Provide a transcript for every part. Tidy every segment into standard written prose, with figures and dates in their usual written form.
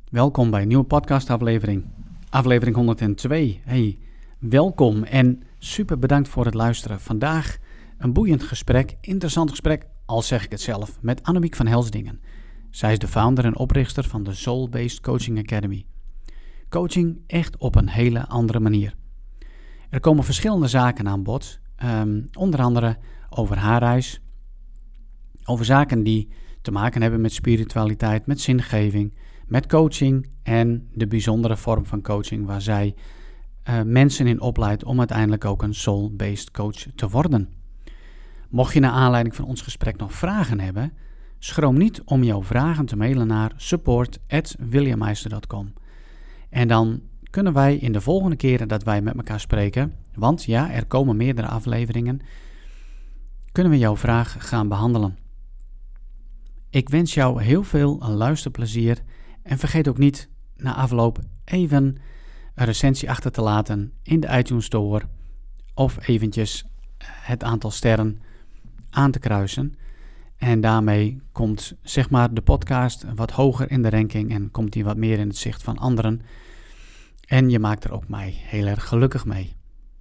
Welkom bij een nieuwe podcastaflevering. Aflevering 102. Hey, welkom en super bedankt voor het luisteren. Vandaag een boeiend gesprek, interessant gesprek, al zeg ik het zelf, met Annemiek van Helsdingen. Zij is de founder en oprichter van de Soul-Based Coaching Academy. Coaching echt op een hele andere manier. Er komen verschillende zaken aan bod, onder andere over haar reis, over zaken die te maken hebben met spiritualiteit, met zingeving, met coaching en de bijzondere vorm van coaching waar zij mensen in opleidt om uiteindelijk ook een soul-based coach te worden. Mocht je naar aanleiding van ons gesprek nog vragen hebben, schroom niet om jouw vragen te mailen naar support@williammeister.com. En dan kunnen wij in de volgende keren dat wij met elkaar spreken, want ja, er komen meerdere afleveringen, kunnen we jouw vraag gaan behandelen. Ik wens jou heel veel luisterplezier en vergeet ook niet na afloop even een recensie achter te laten in de iTunes Store of eventjes het aantal sterren aan te kruisen. En daarmee komt zeg maar de podcast wat hoger in de ranking en komt die wat meer in het zicht van anderen. En je maakt er ook mij heel erg gelukkig mee.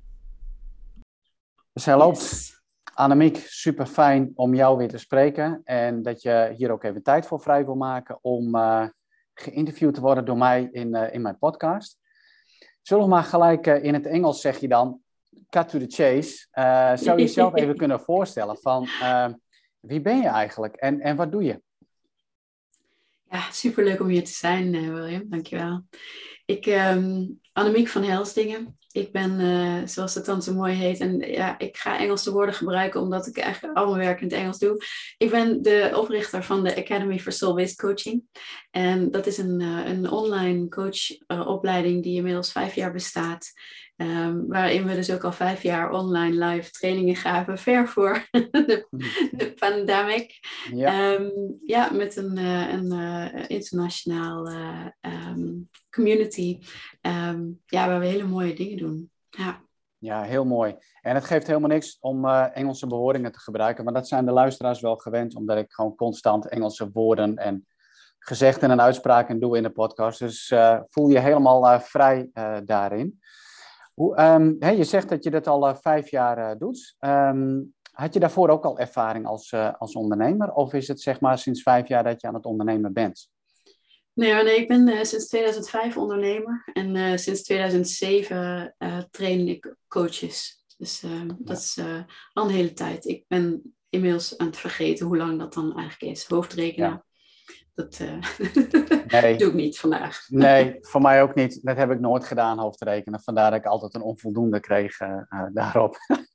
Dus hij loopt. Annemiek, super fijn om jou weer te spreken en dat je hier ook even tijd voor vrij wil maken om geïnterviewd te worden door mij in mijn podcast. Zullen we maar gelijk in het Engels zeg je dan, cut to the chase. Zou je jezelf even kunnen voorstellen van wie ben je eigenlijk en wat doe je? Ja, superleuk om hier te zijn, William. Dankjewel. Annemiek van Helsdingen. Ik ben, zoals het dan zo mooi heet, en ja, ik ga Engelse woorden gebruiken omdat ik eigenlijk al mijn werk in het Engels doe. Ik ben de oprichter van de Academy for Soul-Based Coaching. En dat is een online coachopleiding die inmiddels 5 jaar bestaat. Waarin we dus ook al 5 jaar online live trainingen gaven, ver voor de pandemic. Ja. Met een internationaal community waar we hele mooie dingen doen. Ja, heel mooi. En het geeft helemaal niks om Engelse bewoordingen te gebruiken, maar dat zijn de luisteraars wel gewend, omdat ik gewoon constant Engelse woorden en gezegden en uitspraken doe in de podcast. Dus voel je helemaal vrij daarin. Je zegt dat je dit al 5 jaar doet. Had je daarvoor ook al ervaring als ondernemer? Of is het zeg maar sinds 5 jaar dat je aan het ondernemen bent? Nee, ik ben sinds 2005 ondernemer. En sinds 2007 train ik coaches. Dus dat is al een hele tijd. Ik ben inmiddels aan het vergeten hoe lang dat dan eigenlijk is. Hoofdrekenen. Ja. Dat doe ik niet vandaag. Nee, voor mij ook niet. Dat heb ik nooit gedaan, hoofdrekenen. Vandaar dat ik altijd een onvoldoende kreeg daarop.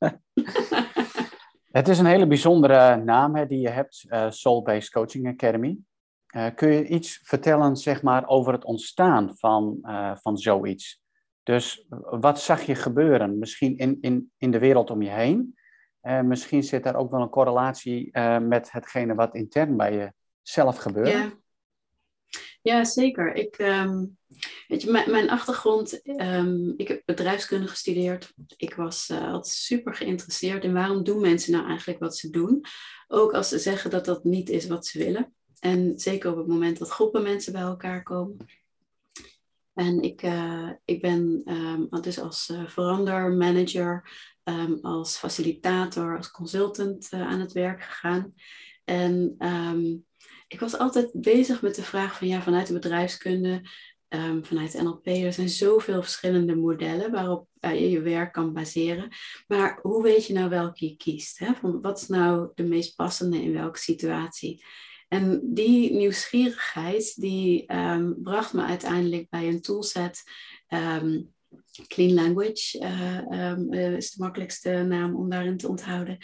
Het is een hele bijzondere naam die je hebt, Soul-Based Coaching Academy. Kun je iets vertellen zeg maar, over het ontstaan van zoiets? Dus wat zag je gebeuren? Misschien in de wereld om je heen. Misschien zit daar ook wel een correlatie met hetgene wat intern bij je zelf gebeurt. Ja, zeker. Mijn achtergrond, ik heb bedrijfskunde gestudeerd. Ik was altijd super geïnteresseerd in waarom doen mensen nou eigenlijk wat ze doen. Ook als ze zeggen dat dat niet is wat ze willen. En zeker op het moment dat groepen mensen bij elkaar komen. En ik ben dus als verandermanager, als facilitator, als consultant aan het werk gegaan. En ik was altijd bezig met de vraag van vanuit de bedrijfskunde, vanuit NLP, er zijn zoveel verschillende modellen waarop je je werk kan baseren. Maar hoe weet je nou welke je kiest? Hè? Van wat is nou de meest passende in welke situatie? En die nieuwsgierigheid die bracht me uiteindelijk bij een toolset. Clean Language is de makkelijkste naam om daarin te onthouden.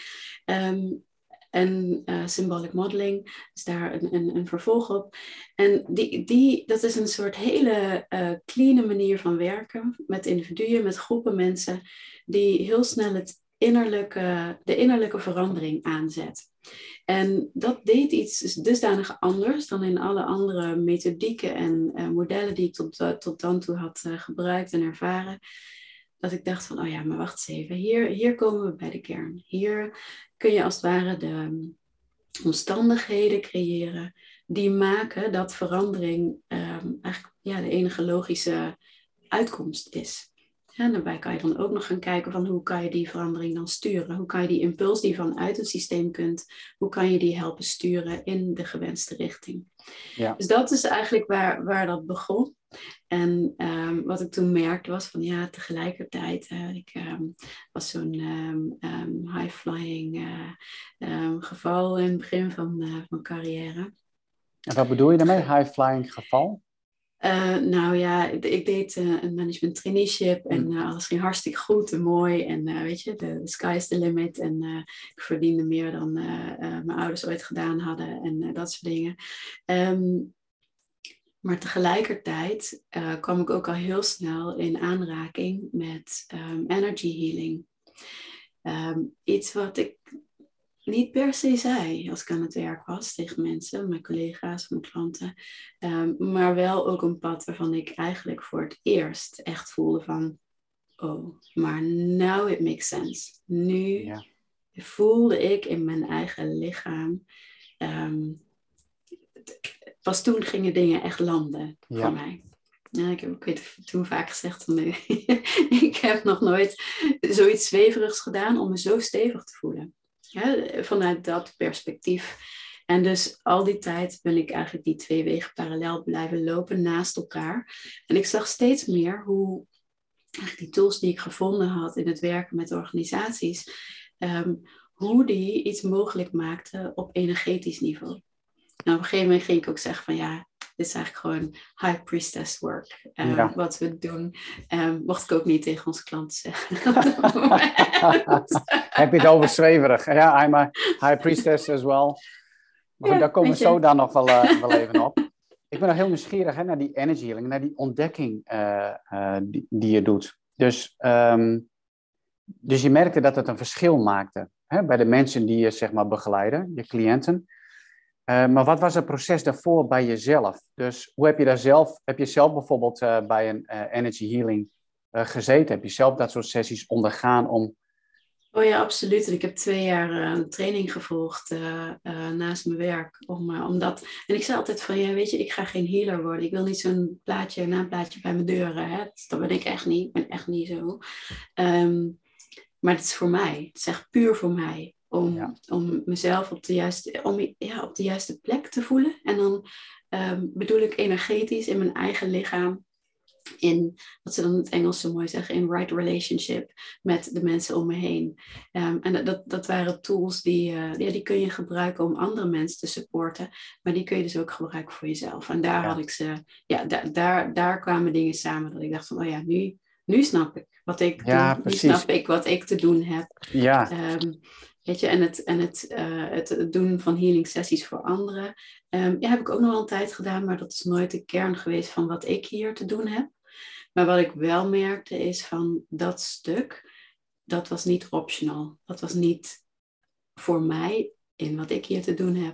En symbolic modeling is daar een vervolg op. En dat is een soort hele clean manier van werken met individuen, met groepen mensen, die heel snel de innerlijke verandering aanzet. En dat deed iets dusdanig anders dan in alle andere methodieken en modellen die ik tot dan toe had gebruikt en ervaren. Dat ik dacht van, maar wacht eens even. Hier komen we bij de kern. Hier kun je als het ware de omstandigheden creëren die maken dat verandering eigenlijk de enige logische uitkomst is. En daarbij kan je dan ook nog gaan kijken van hoe kan je die verandering dan sturen? Hoe kan je die impuls die vanuit het systeem kunt, hoe kan je die helpen sturen in de gewenste richting? Ja. Dus dat is eigenlijk waar dat begon. En wat ik toen merkte was van tegelijkertijd, ik was zo'n high-flying geval in het begin van mijn carrière. En wat bedoel je daarmee, high-flying geval? Ik deed een management traineeship en alles ging hartstikke goed en mooi. En the sky is the limit. En ik verdiende meer dan mijn ouders ooit gedaan hadden en dat soort dingen. Maar tegelijkertijd kwam ik ook al heel snel in aanraking met energy healing. Iets wat ik niet per se zei als ik aan het werk was tegen mensen, mijn collega's, mijn klanten. Maar wel ook een pad waarvan ik eigenlijk voor het eerst echt voelde van, oh, maar now it makes sense. Nu voelde ik in mijn eigen lichaam, pas toen gingen dingen echt landen voor mij. Ja, ik weet toen vaak gezegd, ik heb nog nooit zoiets zweverigs gedaan om me zo stevig te voelen. Ja, vanuit dat perspectief. En dus al die tijd ben ik eigenlijk die 2 wegen parallel blijven lopen naast elkaar. En ik zag steeds meer hoe eigenlijk die tools die ik gevonden had in het werken met organisaties, hoe die iets mogelijk maakten op energetisch niveau. Nou, op een gegeven moment ging ik ook zeggen van dit is eigenlijk gewoon high priestess work. Wat we doen. Mocht ik ook niet tegen onze klanten zeggen. Heb je het over zweverig? Ja, I'm a high priestess as well. Maar goed, daar komen we zo dan nog wel even op. Ik ben nog heel nieuwsgierig naar die energy healing, naar die ontdekking die je doet. Dus je merkte dat het een verschil maakte bij de mensen die je zeg maar begeleiden, je cliënten. Maar wat was het proces daarvoor bij jezelf? Dus hoe heb je zelf bijvoorbeeld bij een energy healing gezeten? Heb je zelf dat soort sessies ondergaan om... Oh ja, absoluut. En ik heb 2 jaar een training gevolgd naast mijn werk. Omdat... En ik zei altijd van, ik ga geen healer worden. Ik wil niet zo'n naamplaatje bij mijn deuren. Hè? Dat ben ik echt niet. Ik ben echt niet zo. Maar het is voor mij. Het is echt puur voor mij. Om mezelf op de juiste plek te voelen. En dan bedoel ik energetisch in mijn eigen lichaam. In, wat ze dan in het Engels zo mooi zeggen, in right relationship met de mensen om me heen. En dat waren tools die kun je gebruiken om andere mensen te supporten. Maar die kun je dus ook gebruiken voor jezelf. En daar had ik ze, daar kwamen dingen samen dat ik dacht van, nu snap ik wat ik doe. Nu snap ik wat ik te doen heb. Ja. En het doen van healing sessies voor anderen. Heb ik ook nog wel een tijd gedaan, maar dat is nooit de kern geweest van wat ik hier te doen heb. Maar wat ik wel merkte is van dat stuk, dat was niet optional. Dat was niet voor mij in wat ik hier te doen heb.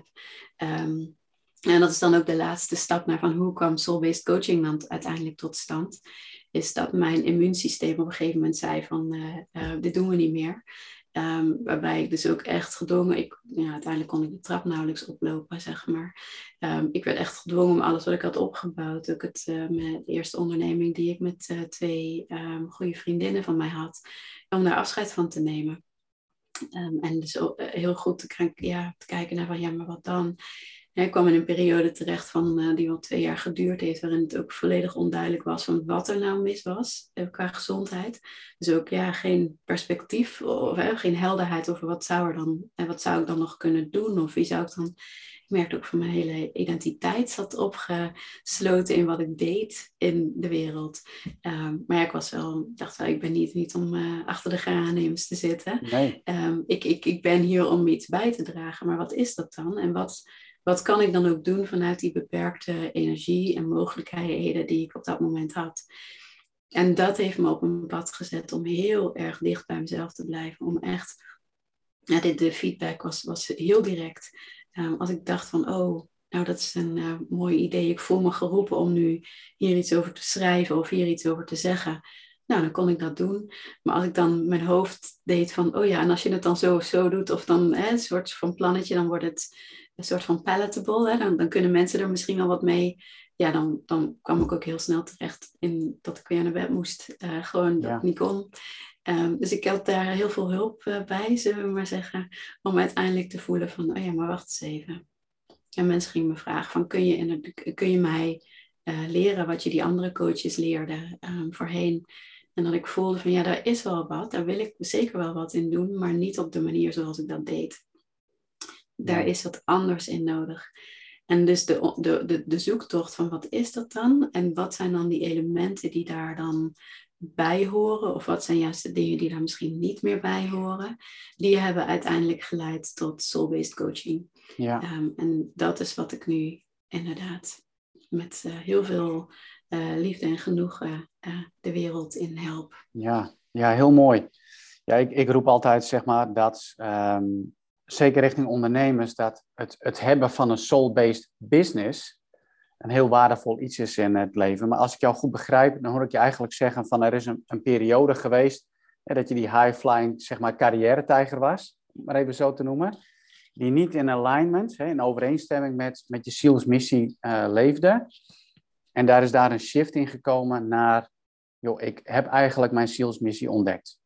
En dat is dan ook de laatste stap naar van hoe kwam Soul-Based Coaching dan uiteindelijk tot stand. Is dat mijn immuunsysteem op een gegeven moment zei van dit doen we niet meer. Waarbij ik dus ook echt gedwongen, uiteindelijk kon ik de trap nauwelijks oplopen, zeg maar. Ik werd echt gedwongen om alles wat ik had opgebouwd, ook de eerste onderneming die ik met 2 goede vriendinnen van mij had, om daar afscheid van te nemen. En dus heel goed te kijken naar van, maar wat dan? Ik kwam in een periode terecht die wel 2 jaar geduurd heeft, waarin het ook volledig onduidelijk was van wat er nou mis was qua gezondheid. Dus ook geen perspectief of geen helderheid over wat zou ik dan nog kunnen doen of wie zou ik dan... Ik merkte ook van mijn hele identiteit zat opgesloten in wat ik deed in de wereld. Maar ik dacht wel, ik ben niet om achter de geraniums te zitten. Nee. Ik ben hier om iets bij te dragen, maar wat is dat dan? En wat kan ik dan ook doen vanuit die beperkte energie en mogelijkheden die ik op dat moment had? En dat heeft me op een pad gezet om heel erg dicht bij mezelf te blijven. Om echt, de feedback was heel direct. Als ik dacht van, dat is een mooi idee. Ik voel me geroepen om nu hier iets over te schrijven of hier iets over te zeggen. Nou, dan kon ik dat doen. Maar als ik dan mijn hoofd deed van, en als je het dan zo of zo doet, of dan een soort van plannetje, dan wordt het een soort van palatable. Hè? Dan kunnen mensen er misschien wel wat mee. ja, dan kwam ik ook heel snel terecht in dat ik weer naar bed moest. Gewoon dat het niet kon. Dus ik had daar heel veel hulp bij, zullen we maar zeggen. Om uiteindelijk te voelen van, oh ja, maar wacht eens even. En mensen gingen me vragen van, kun je mij leren wat je die andere coaches leerden voorheen? En dat ik voelde van, ja, daar is wel wat. Daar wil ik zeker wel wat in doen, maar niet op de manier zoals ik dat deed. Daar is wat anders in nodig. En dus de zoektocht van wat is dat dan? En wat zijn dan die elementen die daar dan bij horen? Of wat zijn juist de dingen die daar misschien niet meer bij horen? Die hebben uiteindelijk geleid tot soul-based coaching. Ja. En dat is wat ik nu inderdaad met heel veel liefde en genoegen de wereld in help. Ja, heel mooi. Ja, ik roep altijd, zeg maar, dat zeker richting ondernemers, dat het hebben van een soul-based business een heel waardevol iets is in het leven. Maar als ik jou goed begrijp, dan hoor ik je eigenlijk zeggen van er is een periode geweest dat je die high-flying, zeg maar, carrière-tijger was, om maar even zo te noemen, die niet in alignment, in overeenstemming met je zielsmissie leefde. En daar is een shift in gekomen naar, joh, ik heb eigenlijk mijn zielsmissie ontdekt.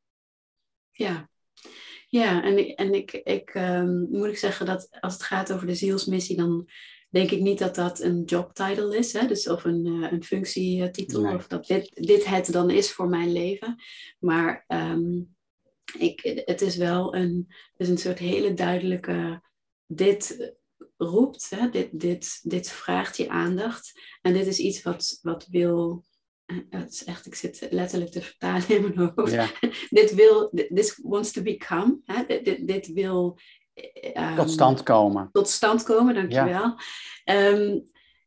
Ja, ik moet ik zeggen dat als het gaat over de zielsmissie, dan denk ik niet dat dat een jobtitle is, hè? Dus of een functietitel, Nee. of dat dit het dan is voor mijn leven. Maar het is wel een soort hele duidelijke, dit roept, hè? Dit vraagt je aandacht. En dit is iets wat wil. Het is echt, ik zit letterlijk te vertalen in mijn hoofd. Ja. This wants to become. Hè? Dit wil Tot stand komen. Tot stand komen, dankjewel. Ja.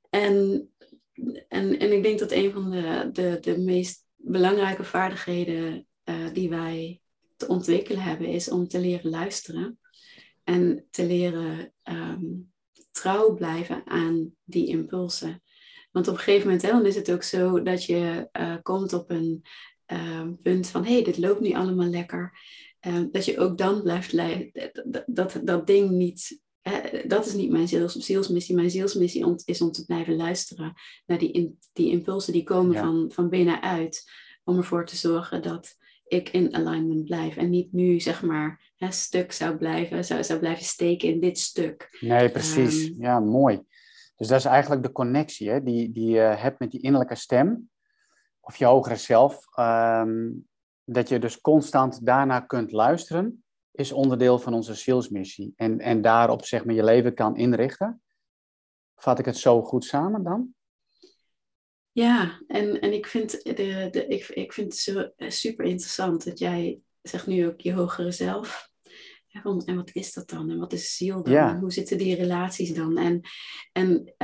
En ik denk dat een van de meest belangrijke vaardigheden die wij te ontwikkelen hebben, is om te leren luisteren. En te leren trouw blijven aan die impulsen. Want op een gegeven moment, dan is het ook zo dat je komt op een punt van, hey, dit loopt nu allemaal lekker. Dat je ook dan blijft dat ding niet, dat is niet mijn zielsmissie. Mijn zielsmissie is om te blijven luisteren naar die impulsen die komen van binnenuit. Om ervoor te zorgen dat ik in alignment blijf. En niet nu, zeg maar, stuk zou blijven steken in dit stuk. Nee, precies. Ja, mooi. Dus dat is eigenlijk de connectie, hè, die je hebt met die innerlijke stem. Of je hogere zelf. Dat je dus constant daarna kunt luisteren, is onderdeel van onze zielsmissie. En daarop, zeg maar, je leven kan inrichten. Vat ik het zo goed samen dan? Ja, en ik vind, ik vind het zo super interessant dat jij zegt nu ook je hogere zelf. En wat is dat dan? En wat is ziel dan? Ja. En hoe zitten die relaties dan? En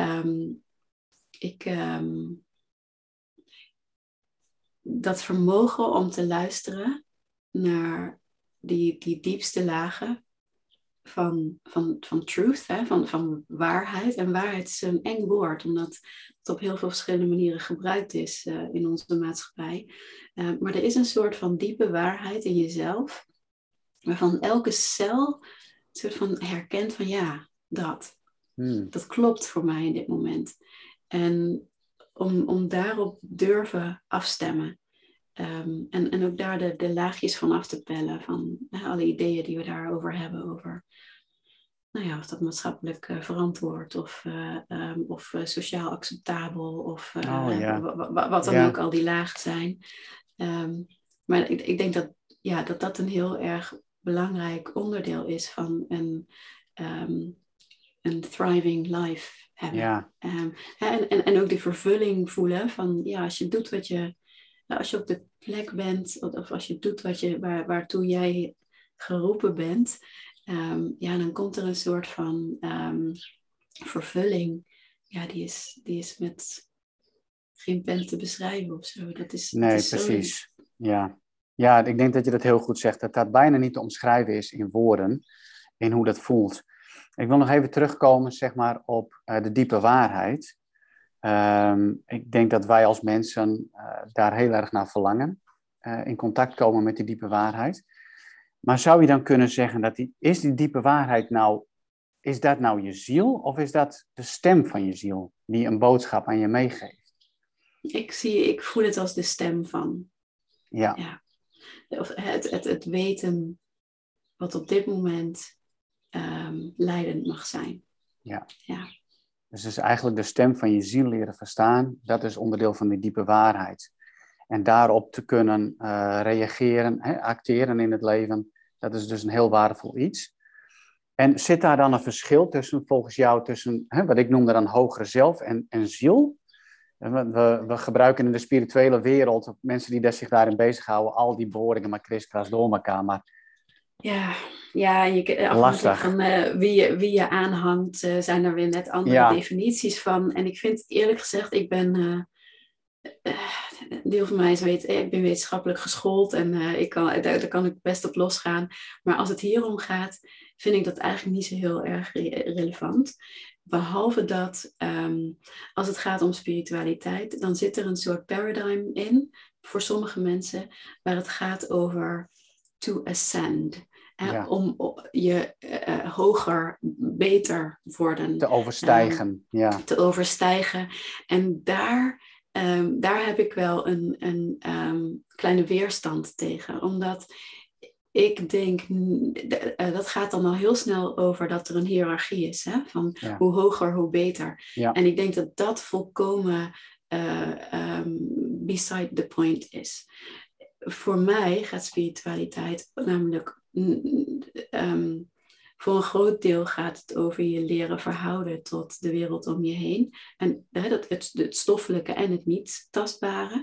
dat vermogen om te luisteren naar die diepste lagen van truth, van waarheid. En waarheid is een eng woord, omdat het op heel veel verschillende manieren gebruikt is in onze maatschappij. Maar er is een soort van diepe waarheid in jezelf, waarvan elke cel een soort van herkent van ja, dat klopt voor mij in dit moment. En om daarop durven afstemmen. En ook daar de laagjes van af te pellen van alle ideeën die we daarover hebben. Over of dat maatschappelijk verantwoord of sociaal acceptabel. Of wat dan ook al die lagen zijn. Maar ik denk dat een heel erg belangrijk onderdeel is van een thriving life hebben. Ja. En ook de vervulling voelen van als je doet als je op de plek bent, of als je doet waartoe jij geroepen bent, dan komt er een soort van vervulling. Ja, die is met geen pen te beschrijven of zo. Dat is precies. Ja, ik denk dat je dat heel goed zegt. Dat dat bijna niet te omschrijven is in woorden, in hoe dat voelt. Ik wil nog even terugkomen, zeg maar, op de diepe waarheid. Ik denk dat wij als mensen daar heel erg naar verlangen. In contact komen met die diepe waarheid. Maar zou je dan kunnen zeggen dat die diepe waarheid nou is dat nou je ziel of is dat de stem van je ziel die een boodschap aan je meegeeft? Ik voel het als de stem van. Ja. Ja. Of het weten wat op dit moment leidend mag zijn. Ja. Ja. Dus het is eigenlijk de stem van je ziel leren verstaan. Dat is onderdeel van die diepe waarheid. En daarop te kunnen reageren, acteren in het leven. Dat is dus een heel waardevol iets. En zit daar dan een verschil tussen, volgens jou, tussen wat ik noemde dan hogere zelf en ziel? We gebruiken in de spirituele wereld, mensen die zich daarin bezighouden, al die bewoordingen maar kriskras door elkaar. Maar afhankelijk van wie je aanhangt, zijn er weer net andere definities van. En ik vind eerlijk gezegd, ik ben... deel van mij ik ben wetenschappelijk geschoold en daar kan ik best op losgaan. Maar als het hierom gaat, vind ik dat eigenlijk niet zo heel erg relevant. Behalve dat als het gaat om spiritualiteit, dan zit er een soort paradigm in voor sommige mensen waar het gaat over to ascend. Om je hoger, beter worden. Te overstijgen. Te overstijgen. En daar heb ik wel een kleine weerstand tegen. Omdat ik denk, dat gaat dan al heel snel over dat er een hiërarchie is. Hè? Van hoe hoger, hoe beter. Ja. En ik denk dat dat volkomen beside the point is. Voor mij gaat spiritualiteit namelijk... voor een groot deel gaat het over je leren verhouden tot de wereld om je heen. En het stoffelijke en het niet tastbare.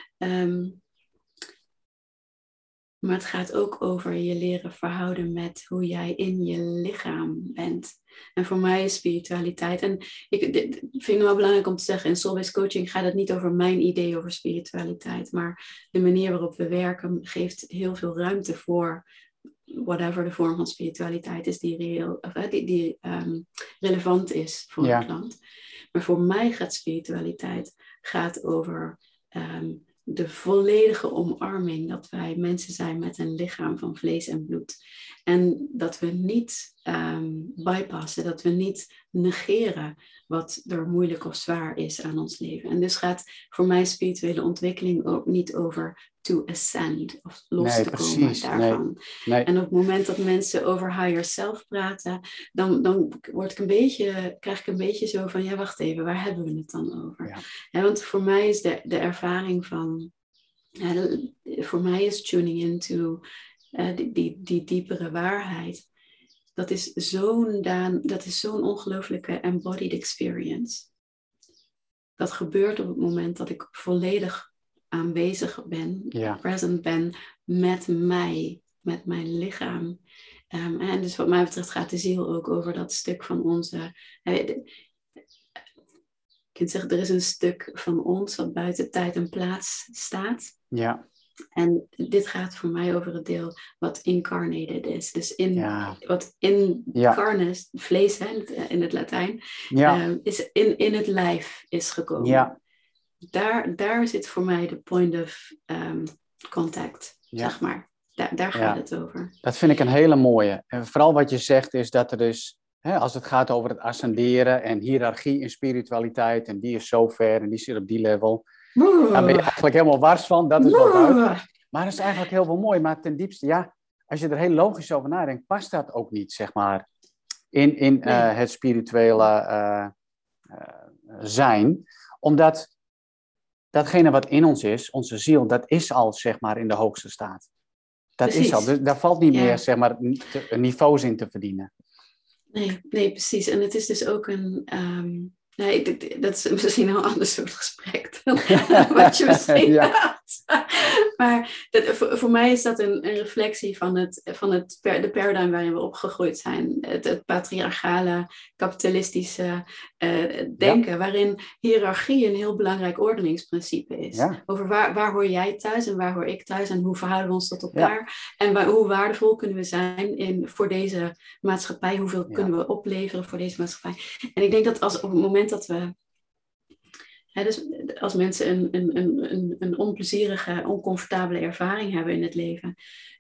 Maar het gaat ook over je leren verhouden met hoe jij in je lichaam bent. En voor mij is spiritualiteit... En ik vind het wel belangrijk om te zeggen... in Soul-Based Coaching gaat het niet over mijn idee over spiritualiteit. Maar de manier waarop we werken geeft heel veel ruimte voor... whatever de vorm van spiritualiteit is die relevant is voor een klant. Maar voor mij gaat spiritualiteit over de volledige omarming dat wij mensen zijn met een lichaam van vlees en bloed. En dat we niet bypassen, dat we niet negeren wat er moeilijk of zwaar is aan ons leven. En dus gaat voor mij spirituele ontwikkeling ook niet over to ascend of los te komen daarvan. Nee. En op het moment dat mensen over higher self praten, dan krijg ik een beetje zo van, ja, wacht even, waar hebben we het dan over? Ja, want voor mij is de ervaring van, voor mij is tuning into die diepere waarheid. Dat is zo'n ongelooflijke embodied experience. Dat gebeurt op het moment dat ik volledig aanwezig ben, present ben met mij, met mijn lichaam. En dus wat mij betreft gaat de ziel ook over dat stuk van onze... Je kunt zeggen, er is een stuk van ons wat buiten tijd en plaats staat. Ja. En dit gaat voor mij over het deel wat incarnated is. Dus wat incarnate, vlees in het Latijn, is in het lijf is gekomen. Ja. Daar zit voor mij de point of contact, zeg maar. Daar gaat het over. Dat vind ik een hele mooie. En vooral wat je zegt is dat er dus, als het gaat over het ascenderen en hiërarchie in spiritualiteit, en die is zo ver en die zit op die level, daar ben je eigenlijk helemaal wars van, dat is wel duidelijk. Maar dat is eigenlijk heel veel mooi, maar ten diepste, als je er heel logisch over nadenkt, past dat ook niet, zeg maar, in het spirituele zijn. Omdat datgene wat in ons is, onze ziel, dat is al, zeg maar, in de hoogste staat. Dat precies. Is al, dus daar valt niet meer, zeg maar, niveaus in te verdienen. Nee, precies. En het is dus ook een... dat is misschien een ander soort gesprek dan wat je misschien had. Maar voor mij is dat een reflectie van de paradigm waarin we opgegroeid zijn. Het patriarchale, kapitalistische denken, waarin hiërarchie een heel belangrijk ordeningsprincipe is. Ja. Over waar hoor jij thuis en waar hoor ik thuis en hoe verhouden we ons tot elkaar. Ja. En hoe waardevol kunnen we zijn voor deze maatschappij, hoeveel kunnen we opleveren voor deze maatschappij. En ik denk dat op het moment dat we... dus als mensen een onplezierige, oncomfortabele ervaring hebben in het leven,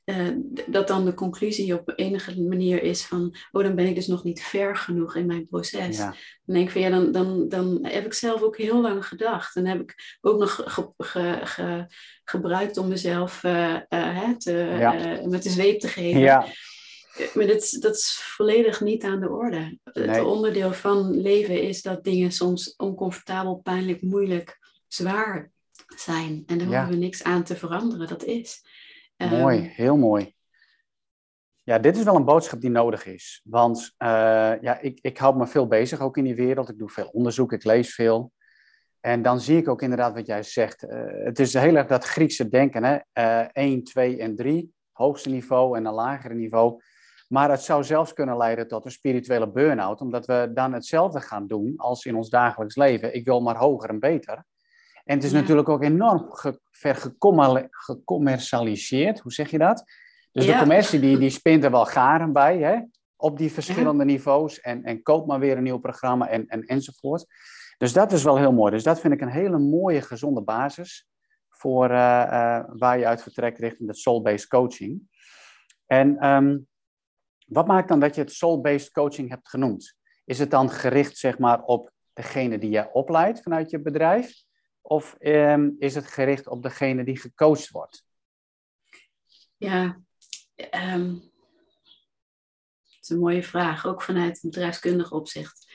dat dan de conclusie op enige manier is van, oh, dan ben ik dus nog niet ver genoeg in mijn proces. Ja. Dan denk ik van, ja, dan heb ik zelf ook heel lang gedacht. En heb ik ook nog gebruikt om mezelf met de zweep te geven. Ja. Maar dat is volledig niet aan de orde. Nee. Het onderdeel van leven is dat dingen soms oncomfortabel, pijnlijk, moeilijk, zwaar zijn. En daar hoeven we niks aan te veranderen. Dat is. Mooi, heel mooi. Ja, dit is wel een boodschap die nodig is. Want ik houd me veel bezig ook in die wereld. Ik doe veel onderzoek, ik lees veel. En dan zie ik ook inderdaad wat jij zegt. Het is heel erg dat Griekse denken. Hè? 1, 2 en 3. Hoogste niveau en een lagere niveau. Maar het zou zelfs kunnen leiden tot een spirituele burn-out. Omdat we dan hetzelfde gaan doen als in ons dagelijks leven. Ik wil maar hoger en beter. En het is natuurlijk ook enorm gecommercialiseerd. Hoe zeg je dat? Dus de commercie die spint er wel garen bij. Hè? Op die verschillende niveaus. En koop maar weer een nieuw programma enzovoort. Dus dat is wel heel mooi. Dus dat vind ik een hele mooie, gezonde basis voor waar je uit vertrekt richting het soul-based coaching. En wat maakt dan dat je het soul-based coaching hebt genoemd? Is het dan gericht, zeg maar, op degene die je opleidt vanuit je bedrijf? Of is het gericht op degene die gecoacht wordt? Ja, het is een mooie vraag. Ook vanuit bedrijfskundig opzicht.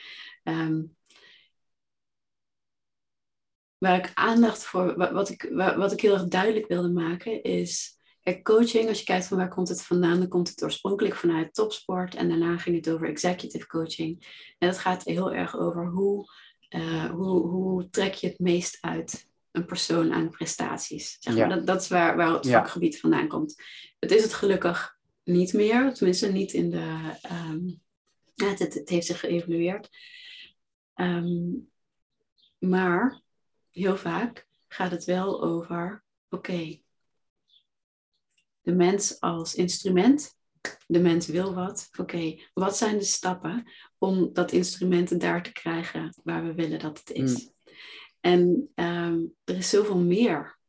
Waar ik aandacht voor, wat ik heel erg duidelijk wilde maken, is... Kijk, coaching, als je kijkt van waar komt het vandaan, dan komt het oorspronkelijk vanuit topsport. En daarna ging het over executive coaching. En dat gaat heel erg over hoe trek je het meest uit een persoon aan prestaties. Zeg maar. Dat is waar het vakgebied vandaan komt. Het is het gelukkig niet meer. Tenminste, niet in de... het heeft zich geëvolueerd. Maar heel vaak gaat het wel over... Oké, de mens als instrument. De mens wil wat. Oké, wat zijn de stappen om dat instrument daar te krijgen waar we willen dat het is? En er is zoveel meer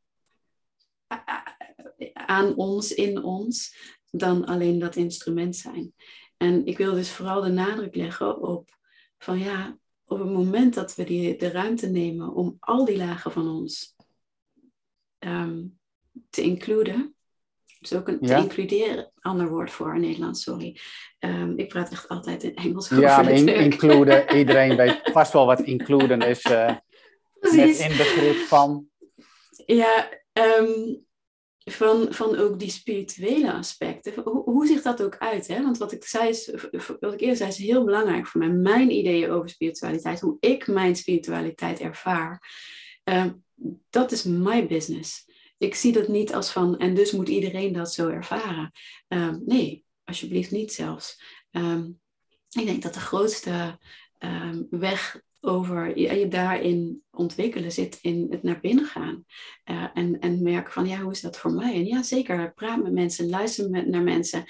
aan ons, in ons, dan alleen dat instrument zijn. En ik wil dus vooral de nadruk leggen op van op het moment dat we de ruimte nemen om al die lagen van ons te includen. Dus ook te includeren, ander woord voor in Nederlands, sorry. Ik praat echt altijd in Engels over maar includen, iedereen weet vast wel wat includen is. Met inbegrip van... Ja, van ook die spirituele aspecten. Hoe ziet dat ook uit? Hè? Want wat ik eerder zei is heel belangrijk voor mij. Mijn ideeën over spiritualiteit, hoe ik mijn spiritualiteit ervaar. Dat is my business. Ik zie dat niet als van, en dus moet iedereen dat zo ervaren. Nee, alsjeblieft niet zelfs. Ik denk dat de grootste weg over je daarin ontwikkelen zit in het naar binnen gaan. En merken van, hoe is dat voor mij? En ja, zeker, praat met mensen, luister naar mensen.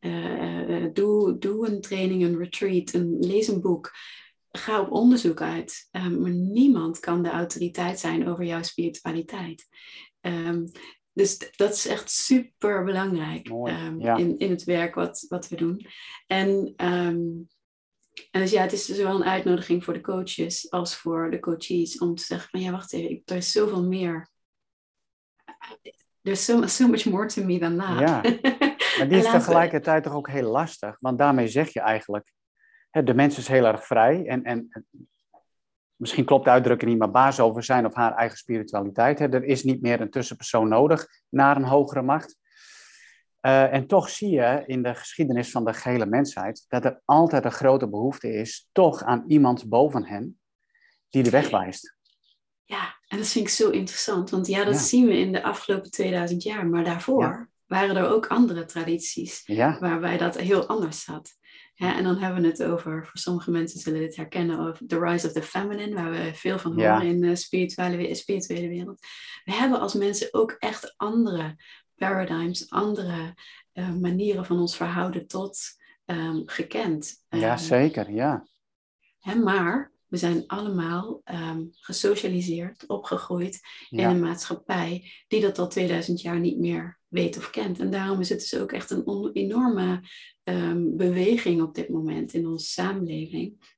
Doe een training, een retreat, lees een boek. Ga op onderzoek uit. Maar niemand kan de autoriteit zijn over jouw spiritualiteit. Dus dat is echt super belangrijk in het werk wat we doen. En dus het is zowel een uitnodiging voor de coaches als voor de coaches om te zeggen van wacht even, er is zoveel meer. There's so much more to me than that. Ja, maar die is tegelijkertijd toch ook heel lastig, want daarmee zeg je eigenlijk, de mens is heel erg vrij en misschien klopt de uitdrukking niet, maar baas over zijn of haar eigen spiritualiteit. Er is niet meer een tussenpersoon nodig naar een hogere macht. En toch zie je in de geschiedenis van de gehele mensheid dat er altijd een grote behoefte is, toch aan iemand boven hen, die de weg wijst. Ja, en dat vind ik zo interessant, want dat zien we in de afgelopen 2000 jaar, maar daarvoor waren er ook andere tradities waarbij dat heel anders zat. Ja, en dan hebben we het over, voor sommige mensen zullen dit herkennen, over The Rise of the Feminine, waar we veel van horen in de spirituele wereld. We hebben als mensen ook echt andere paradigms, andere manieren van ons verhouden tot gekend. Ja, zeker, ja. Maar we zijn allemaal gesocialiseerd, opgegroeid in een maatschappij die dat al 2000 jaar niet meer weet of kent. En daarom is het dus ook echt een enorme beweging op dit moment in onze samenleving.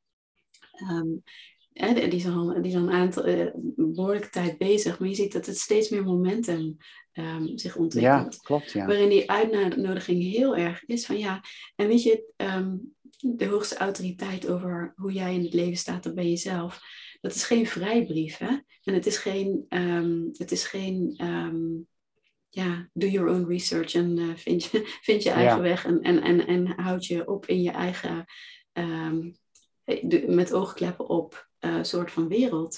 Die is al een aantal behoorlijke tijd bezig, maar je ziet dat het steeds meer momentum zich ontwikkelt. Ja, klopt, ja. Waarin die uitnodiging heel erg is van ja, en weet je, de hoogste autoriteit over hoe jij in het leven staat, dat ben je zelf. Dat is geen vrijbrief, hè? En het is geen do your own research en vind je eigen weg en houd je op in je eigen, met oogkleppen op, soort van wereld.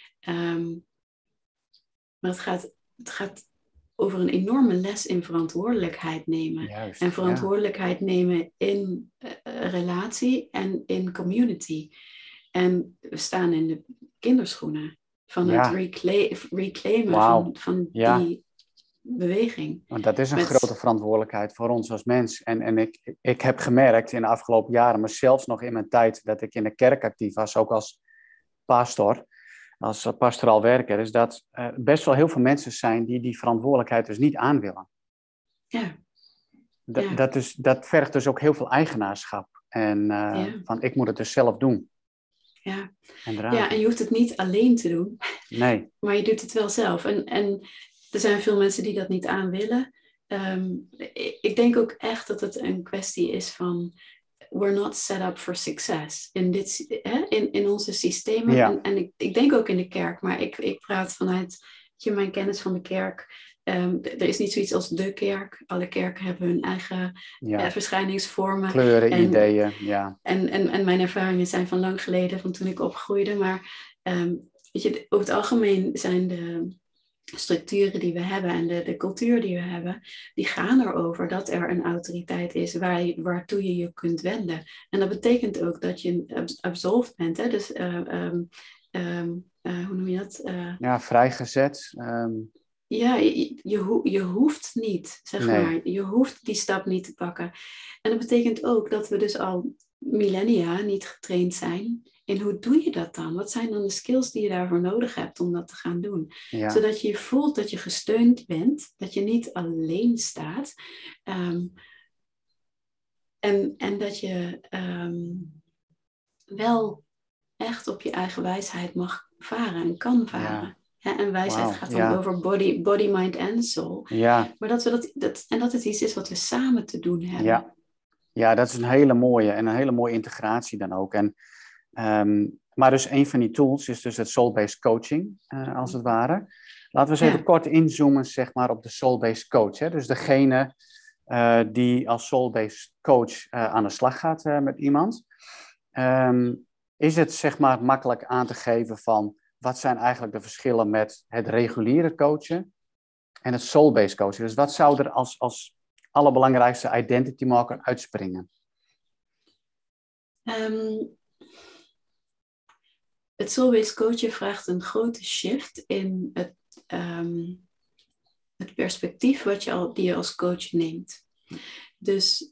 Maar het gaat over een enorme les in verantwoordelijkheid nemen. Juist, en verantwoordelijkheid nemen in relatie en in community. En we staan in de kinderschoenen van het reclaimen van die beweging. Want dat is een grote verantwoordelijkheid voor ons als mens. En ik heb gemerkt in de afgelopen jaren, maar zelfs nog in mijn tijd dat ik in de kerk actief was, ook als pastor, als pastoraal werker, is dat best wel heel veel mensen zijn die verantwoordelijkheid dus niet aan willen. Ja. Dat vergt dus ook heel veel eigenaarschap. En van ik moet het dus zelf doen. Ja. En je hoeft het niet alleen te doen. Nee. Maar je doet het wel zelf. En er zijn veel mensen die dat niet aan willen. Ik denk ook echt dat het een kwestie is van we're not set up for success in onze systemen. Ja. En ik denk ook in de kerk, maar ik praat vanuit mijn kennis van de kerk. Er is niet zoiets als de kerk. Alle kerken hebben hun eigen verschijningsvormen. Kleuren, ideeën, ja. En mijn ervaringen zijn van lang geleden, van toen ik opgroeide. Maar weet je, over het algemeen zijn de structuren die we hebben en de cultuur die we hebben, die gaan erover dat er een autoriteit is waartoe je je kunt wenden. En dat betekent ook dat je absolved bent. Hè? Dus hoe noem je dat? Vrijgezet. Ja, je hoeft niet, zeg maar. Je hoeft die stap niet te pakken. En dat betekent ook dat we dus al millennia niet getraind zijn in hoe doe je dat dan? Wat zijn dan de skills die je daarvoor nodig hebt om dat te gaan doen? Ja. Zodat je voelt dat je gesteund bent, dat je niet alleen staat. En dat je wel echt op je eigen wijsheid mag varen en kan varen. Ja. Ja, en wijsheid gaat dan over body, mind en soul. Ja. Maar dat het iets is wat we samen te doen hebben. Ja, dat is een hele mooie integratie dan ook. En, maar dus een van die tools is dus het soul-based coaching, als het ware. Laten we eens even kort inzoomen, zeg maar, op de soul-based coach. Hè? Dus degene die als soul-based coach aan de slag gaat met iemand. Is het, zeg maar, makkelijk aan te geven van wat zijn eigenlijk de verschillen met het reguliere coachen en het soul-based coachen? Dus wat zou er als allerbelangrijkste identity marker uitspringen? Het soul-based coachen vraagt een grote shift in het perspectief die je als coach neemt. Dus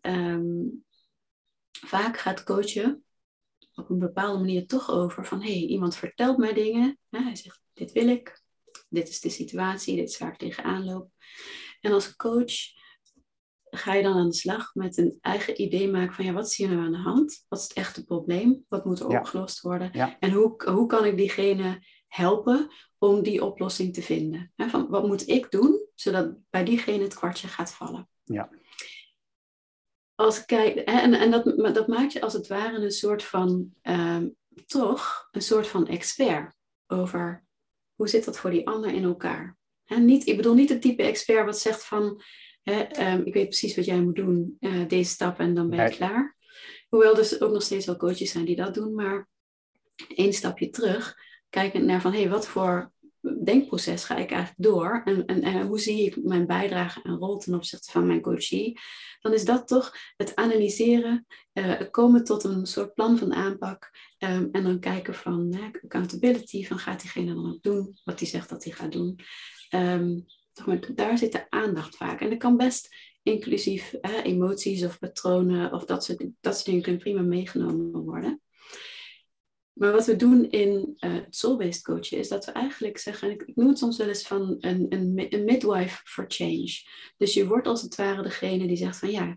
vaak gaat coachen op een bepaalde manier toch over van iemand vertelt mij dingen. Hij zegt, dit wil ik. Dit is de situatie, dit is waar ik tegenaan loop. En als coach ga je dan aan de slag met een eigen idee maken van wat is hier nou aan de hand? Wat is het echte probleem? Wat moet er opgelost worden? Ja. En hoe kan ik diegene helpen om die oplossing te vinden? Van wat moet ik doen, zodat bij diegene het kwartje gaat vallen? Ja. Als ik kijk, en dat maakt je als het ware een soort van, toch een soort van expert over hoe zit dat voor die ander in elkaar. Ik bedoel niet het type expert wat zegt van, ik weet precies wat jij moet doen, deze stap en dan ben je klaar. Hoewel er ook nog steeds wel coaches zijn die dat doen, maar één stapje terug, kijkend naar van wat voor denkproces ga ik eigenlijk door en hoe zie ik mijn bijdrage en rol ten opzichte van mijn coachie, dan is dat toch het analyseren, komen tot een soort plan van aanpak en dan kijken van accountability, van gaat diegene dan ook doen wat hij zegt dat hij gaat doen. Daar zit de aandacht vaak en dat kan best inclusief emoties of patronen of dat soort dingen kunnen prima meegenomen worden. Maar wat we doen in het soul-based coachen is dat we eigenlijk zeggen, en ik noem het soms wel eens van een midwife for change. Dus je wordt als het ware degene die zegt van ja,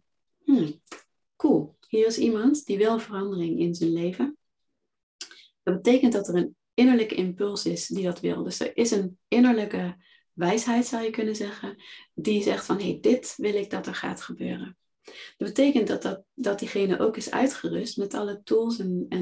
cool, hier is iemand die wil een verandering in zijn leven. Dat betekent dat er een innerlijke impuls is die dat wil. Dus er is een innerlijke wijsheid, zou je kunnen zeggen, die zegt van hé, dit wil ik dat er gaat gebeuren. Dat betekent dat diegene ook is uitgerust met alle tools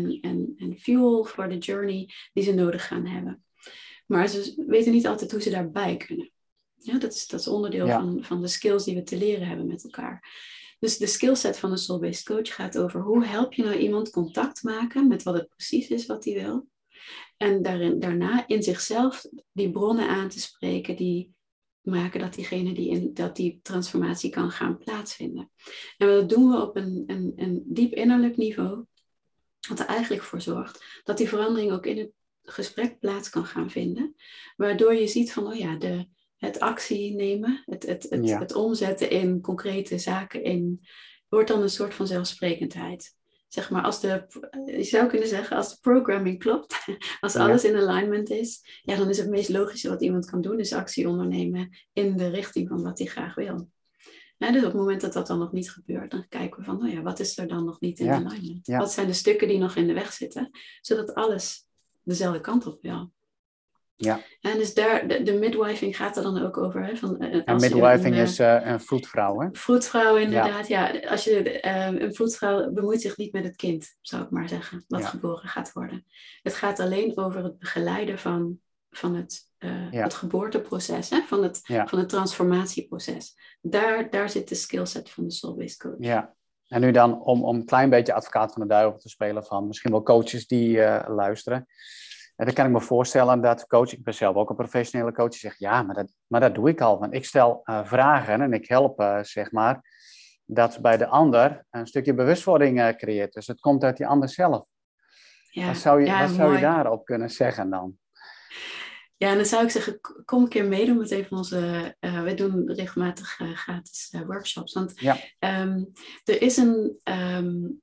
en fuel voor de journey die ze nodig gaan hebben. Maar ze weten niet altijd hoe ze daarbij kunnen. Ja, dat is onderdeel van de skills die we te leren hebben met elkaar. Dus de skillset van een soul-based coach gaat over hoe help je nou iemand contact maken met wat het precies is wat hij wil. En daarna in zichzelf die bronnen aan te spreken die maken dat diegene dat die transformatie kan gaan plaatsvinden. En dat doen we op een diep innerlijk niveau, wat er eigenlijk voor zorgt dat die verandering ook in het gesprek plaats kan gaan vinden, waardoor je ziet van, het actie nemen, het omzetten in concrete zaken wordt dan een soort van zelfsprekendheid. Zeg maar, je zou kunnen zeggen, als de programming klopt, als alles in alignment is, dan is het meest logische wat iemand kan doen, is actie ondernemen in de richting van wat hij graag wil. Dus op het moment dat dat dan nog niet gebeurt, dan kijken we van, wat is er dan nog niet in alignment? Ja. Wat zijn de stukken die nog in de weg zitten, zodat alles dezelfde kant op wil. Ja. En dus de midwifing gaat er dan ook over. Hè, en midwifing is een vroedvrouw, hè? Vroedvrouw, inderdaad. Ja. Als een vroedvrouw bemoeit zich niet met het kind, zou ik maar zeggen, wat geboren gaat worden. Het gaat alleen over het begeleiden van het geboorteproces, hè, van het transformatieproces. Daar zit de skillset van de soul-based coach. Ja. En nu dan, om een klein beetje advocaat van de duivel te spelen van misschien wel coaches die luisteren. En dan kan ik me voorstellen dat ik ben zelf ook een professionele coach, die zegt, maar dat doe ik al. Want ik stel vragen en ik help, zeg maar, dat bij de ander een stukje bewustwording creëert. Dus het komt uit die ander zelf. Ja, wat zou je daarop kunnen zeggen dan? Ja, en dan zou ik zeggen, kom een keer meedoen met een van onze... we doen regelmatig gratis workshops. Want er is een...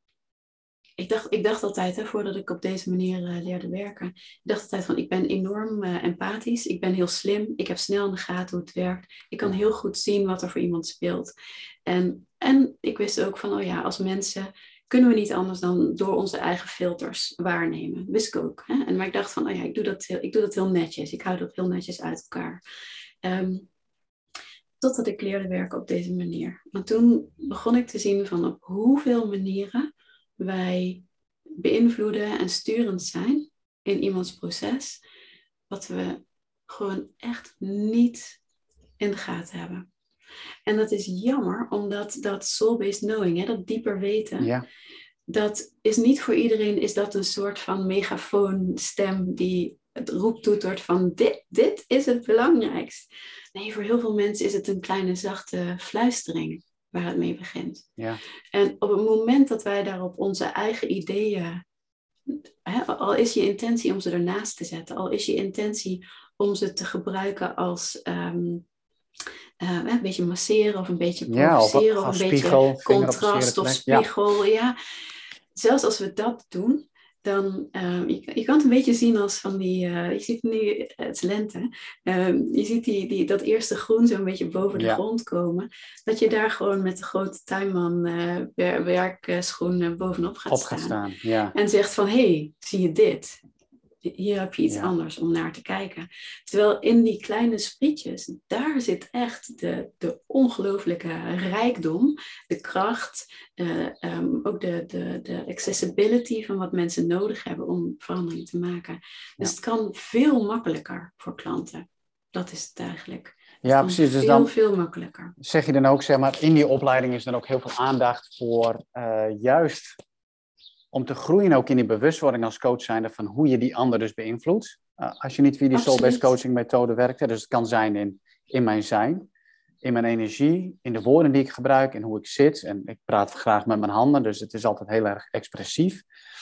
Ik dacht altijd, voordat ik op deze manier leerde werken, ik dacht altijd van, ik ben enorm empathisch, ik ben heel slim, ik heb snel in de gaten hoe het werkt, ik kan heel goed zien wat er voor iemand speelt. En ik wist ook van, als mensen kunnen we niet anders dan door onze eigen filters waarnemen. Wist ik ook. Hè? Maar ik dacht van, ik doe dat heel netjes, ik hou dat heel netjes uit elkaar. Totdat ik leerde werken op deze manier. Want toen begon ik te zien van op hoeveel manieren wij beïnvloeden en sturend zijn in iemands proces, wat we gewoon echt niet in de gaten hebben. En dat is jammer, omdat dat soul-based knowing, dat dieper weten, dat is niet voor iedereen, is dat een soort van megafoonstem die het roeptoetert van dit is het belangrijkst. Nee, voor heel veel mensen is het een kleine zachte fluistering waar het mee begint. Ja. En op het moment dat wij daarop onze eigen ideeën, al is je intentie om ze ernaast te zetten, al is je intentie om ze te gebruiken als een beetje masseren of een beetje provoceren of een beetje contrast of spiegel. Ja. Zelfs als we dat doen, dan, je kan het een beetje zien als van die, je ziet nu, het is lente, je ziet dat eerste groen zo'n beetje boven de grond komen, dat je daar gewoon met de grote tuinman werkschoen bovenop gaat staan. Ja. En zegt van, hey, zie je dit? Hier heb je iets anders om naar te kijken. Terwijl in die kleine sprietjes, daar zit echt de ongelooflijke rijkdom, de kracht, ook de accessibility van wat mensen nodig hebben om verandering te maken. Dus het kan veel makkelijker voor klanten. Dat is het eigenlijk. Ja, precies. Dus veel makkelijker. Zeg je dan ook, zeg maar, in die opleiding is dan ook heel veel aandacht voor juist om te groeien ook in die bewustwording als coach zijnde van hoe je die ander dus beïnvloedt. Als je niet via die soul-based coaching methode werkt. Dus het kan zijn in mijn zijn, in mijn energie, in de woorden die ik gebruik, in hoe ik zit. En ik praat graag met mijn handen, dus het is altijd heel erg expressief.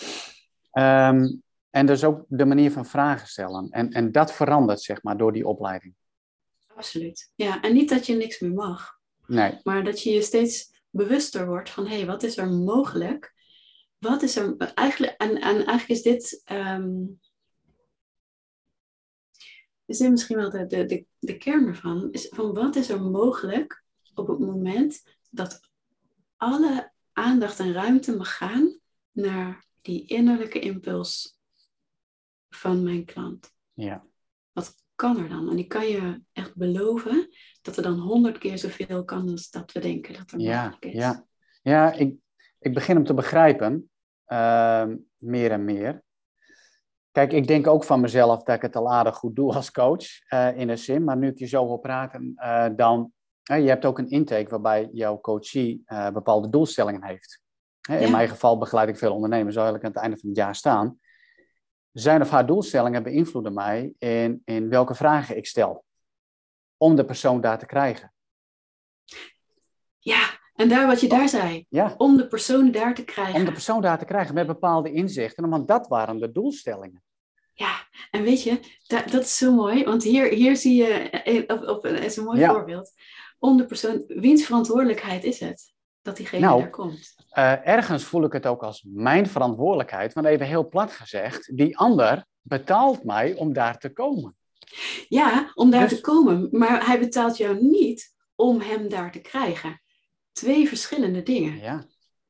En dus ook de manier van vragen stellen. En dat verandert, zeg maar, door die opleiding. Absoluut. Ja, en niet dat je niks meer mag. Nee. Maar dat je steeds bewuster wordt van, wat is er mogelijk wat is er eigenlijk, en eigenlijk is dit misschien wel de kern ervan, is van wat is er mogelijk op het moment dat alle aandacht en ruimte mag gaan naar die innerlijke impuls van mijn klant. Ja. Wat kan er dan? En ik kan je echt beloven dat er dan 100 keer zoveel kan als dat we denken dat er mogelijk is. Ja, ik begin hem te begrijpen, meer en meer. Kijk, ik denk ook van mezelf dat ik het al aardig goed doe als coach, in een zin. Maar nu ik je zo wil praten, dan... je hebt ook een intake waarbij jouw coachie bepaalde doelstellingen heeft. In mijn geval begeleid ik veel ondernemers, zo eigenlijk aan het einde van het jaar staan. Zijn of haar doelstellingen beïnvloeden mij in welke vragen ik stel. Om de persoon daar te krijgen. Ja, en wat je daar zei. Ja. Om de persoon daar te krijgen. Om de persoon daar te krijgen met bepaalde inzichten. Want dat waren de doelstellingen. Ja, en weet je, dat is zo mooi. Want hier zie je, is een mooi voorbeeld. Om de persoon, wiens verantwoordelijkheid is het dat diegene daar komt? Ergens voel ik het ook als mijn verantwoordelijkheid. Want even heel plat gezegd, die ander betaalt mij om daar te komen. Ja, om daar te komen. Maar hij betaalt jou niet om hem daar te krijgen. 2 verschillende dingen. Ja.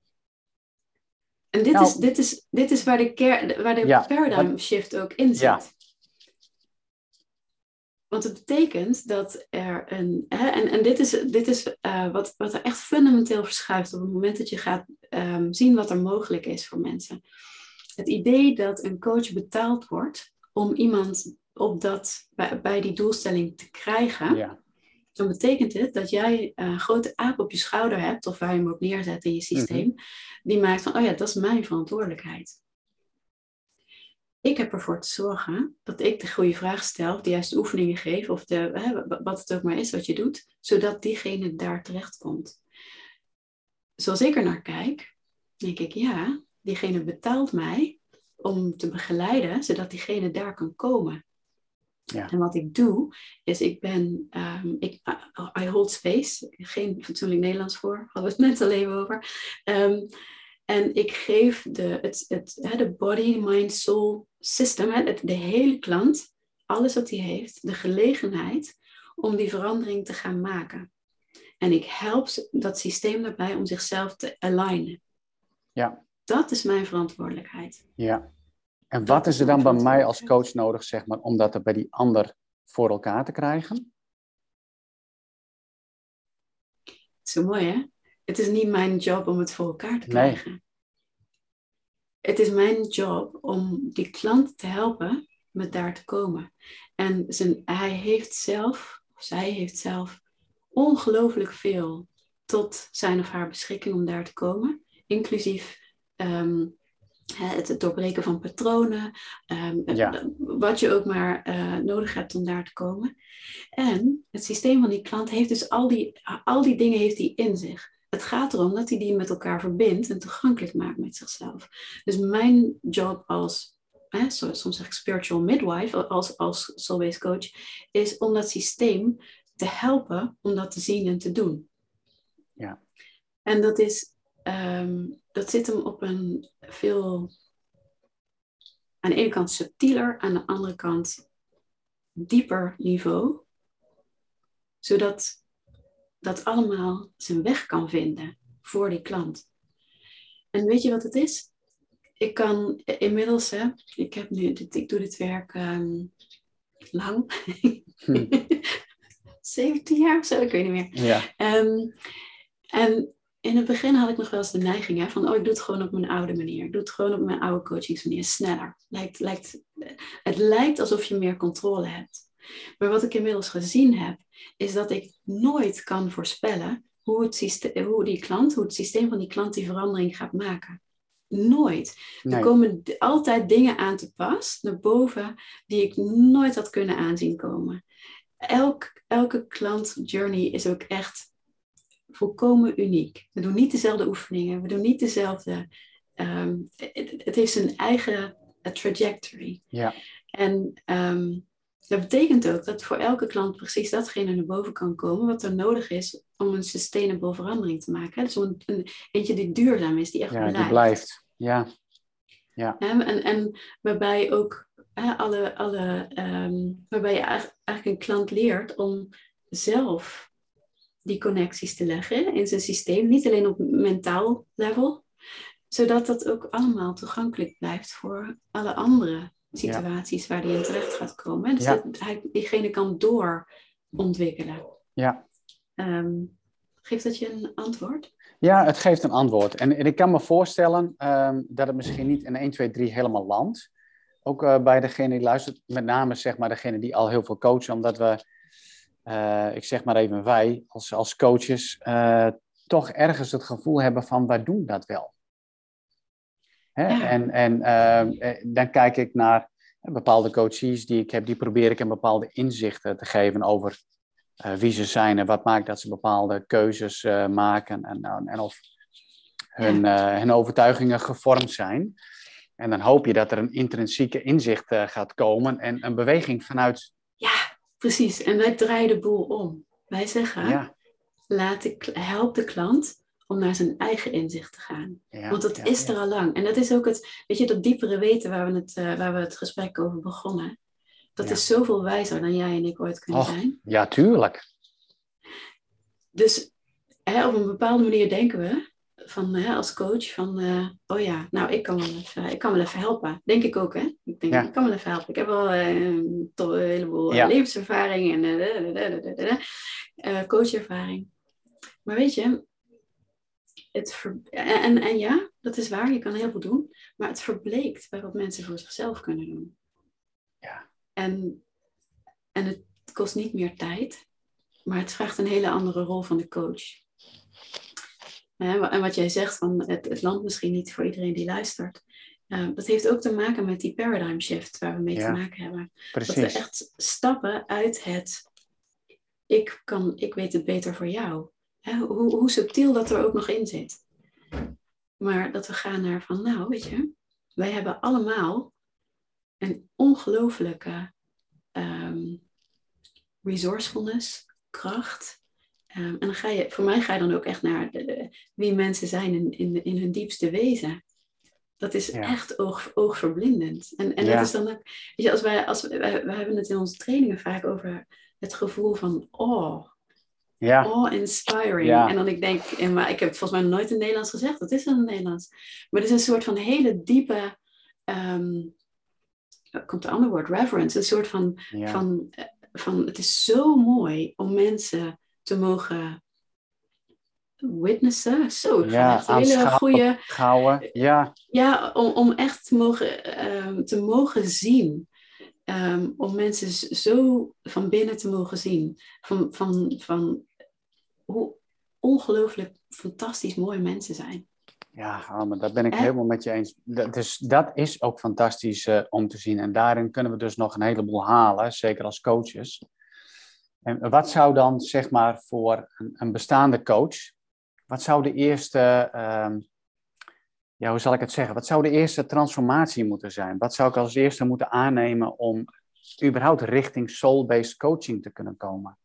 En dit is waar de paradigm shift ook in zit. Ja. Want het betekent dat er en dit is wat er echt fundamenteel verschuift op het moment dat je gaat zien wat er mogelijk is voor mensen. Het idee dat een coach betaald wordt om iemand bij die doelstelling te krijgen. Ja. Dan betekent het dat jij een grote aap op je schouder hebt, of waar je hem ook neerzet in je systeem, die maakt van, dat is mijn verantwoordelijkheid. Ik heb ervoor te zorgen dat ik de goede vraag stel, de juiste oefeningen geef, of wat het ook maar is wat je doet, zodat diegene daar terecht komt. Zoals ik er naar kijk, denk ik, diegene betaalt mij om te begeleiden, zodat diegene daar kan komen. Ja. En wat ik doe, is I hold space. Geen fatsoenlijk Nederlands voor, hadden we het net al even over. En ik geef de body, mind, soul system, de hele klant, alles wat hij heeft, de gelegenheid om die verandering te gaan maken. En ik help dat systeem daarbij om zichzelf te alignen. Ja. Dat is mijn verantwoordelijkheid. Ja. En wat is er dan bij mij als coach nodig, zeg maar, om dat er bij die ander voor elkaar te krijgen? Zo mooi, hè? Het is niet mijn job om het voor elkaar te krijgen. Nee. Het is mijn job om die klant te helpen met daar te komen. En zij heeft zelf ongelooflijk veel tot zijn of haar beschikking om daar te komen. Inclusief het doorbreken van patronen, wat je ook maar nodig hebt om daar te komen. En het systeem van die klant heeft dus al die dingen heeft hij in zich. Het gaat erom dat hij die met elkaar verbindt en toegankelijk maakt met zichzelf. Dus mijn job als, soms zeg ik spiritual midwife, als soul-based coach, is om dat systeem te helpen om dat te zien en te doen. Ja. En dat zit hem op een veel, aan de ene kant subtieler, aan de andere kant dieper niveau. Zodat dat allemaal zijn weg kan vinden voor die klant. En weet je wat het is? Ik kan inmiddels, ik doe dit werk lang. 17 jaar of zo, ik weet niet meer. Ja. En in het begin had ik nog wel eens de neiging van, ik doe het gewoon op mijn oude manier. Ik doe het gewoon op mijn oude coachingsmanier, sneller. Het lijkt alsof je meer controle hebt. Maar wat ik inmiddels gezien heb, is dat ik nooit kan voorspellen hoe het systeem van die klant die verandering gaat maken. Nooit. Nee. Er komen altijd dingen aan te pas, naar boven, die ik nooit had kunnen aanzien komen. Elke klantjourney is ook echt volkomen uniek. We doen niet dezelfde oefeningen, we doen niet dezelfde... het heeft zijn eigen trajectory. Ja. En dat betekent ook dat voor elke klant precies datgene naar boven kan komen wat er nodig is om een sustainable verandering te maken. Dus eentje die duurzaam is, die echt blijft. Die blijft. Ja, ja, En waarbij ook waarbij je eigenlijk een klant leert om zelf die connecties te leggen in zijn systeem. Niet alleen op mentaal level, zodat dat ook allemaal toegankelijk blijft voor alle andere situaties waar die in terecht gaat komen. Dus diegene kan doorontwikkelen. Ja. Geeft dat je een antwoord? Ja, het geeft een antwoord. En ik kan me voorstellen dat het misschien niet in 1, 2, 3 helemaal landt. Ook bij degene die luistert, met name zeg maar degene die al heel veel coachen, omdat we, ik zeg maar even wij, als coaches, toch ergens het gevoel hebben van, wij doen dat wel. Hè? Ja. En dan kijk ik naar bepaalde coaches die ik heb, die probeer ik een bepaalde inzichten te geven over wie ze zijn en wat maakt dat ze bepaalde keuzes maken en of hun overtuigingen gevormd zijn. En dan hoop je dat er een intrinsieke inzicht gaat komen en een beweging vanuit... Ja, precies. En wij draaien de boel om. Wij zeggen, help de klant om naar zijn eigen inzicht te gaan. Want dat is er al lang. En dat is ook dat diepere weten waar we het gesprek over begonnen. Dat is zoveel wijzer dan jij en ik ooit kunnen zijn. Ja, tuurlijk. Dus op een bepaalde manier denken we, als coach, ik kan wel even helpen. Denk ik ook, hè? Ik denk, ik kan wel even helpen. Ik heb wel een heleboel levenservaring en coachervaring. Maar weet je, dat is waar, je kan heel veel doen. Maar het verbleekt bij wat mensen voor zichzelf kunnen doen. Ja. En het kost niet meer tijd, maar het vraagt een hele andere rol van de coach. En wat jij zegt, van het landt misschien niet voor iedereen die luistert. Dat heeft ook te maken met die paradigm shift waar we mee te maken hebben. Precies. Dat we echt stappen uit het ik weet het beter voor jou. Hoe subtiel dat er ook nog in zit. Maar dat we gaan naar van, weet je, wij hebben allemaal een ongelofelijke resourcefulness, kracht. En dan voor mij ga je dan ook echt naar wie mensen zijn in hun diepste wezen. Dat is echt oogverblindend. En dat is dan ook, weet je, we hebben het in onze trainingen vaak over het gevoel van awe-inspiring. Ja. En dan maar ik heb het volgens mij nog nooit in het Nederlands gezegd. Dat is dan in het Nederlands. Maar het is een soort van hele diepe, komt een ander woord, reverence. Een soort van het is zo mooi om mensen te mogen witnessen. Zo, echt een hele goede... Gouwen, Ja, om echt te mogen zien. Om mensen zo van binnen te mogen zien. Van hoe ongelooflijk fantastisch mooie mensen zijn. Ja, maar dat ben ik helemaal met je eens. Dat is ook fantastisch om te zien. En daarin kunnen we dus nog een heleboel halen, zeker als coaches. En wat zou dan, zeg maar, voor een bestaande coach, wat zou de eerste, hoe zal ik het zeggen, wat zou de eerste transformatie moeten zijn? Wat zou ik als eerste moeten aannemen om überhaupt richting soul-based coaching te kunnen komen?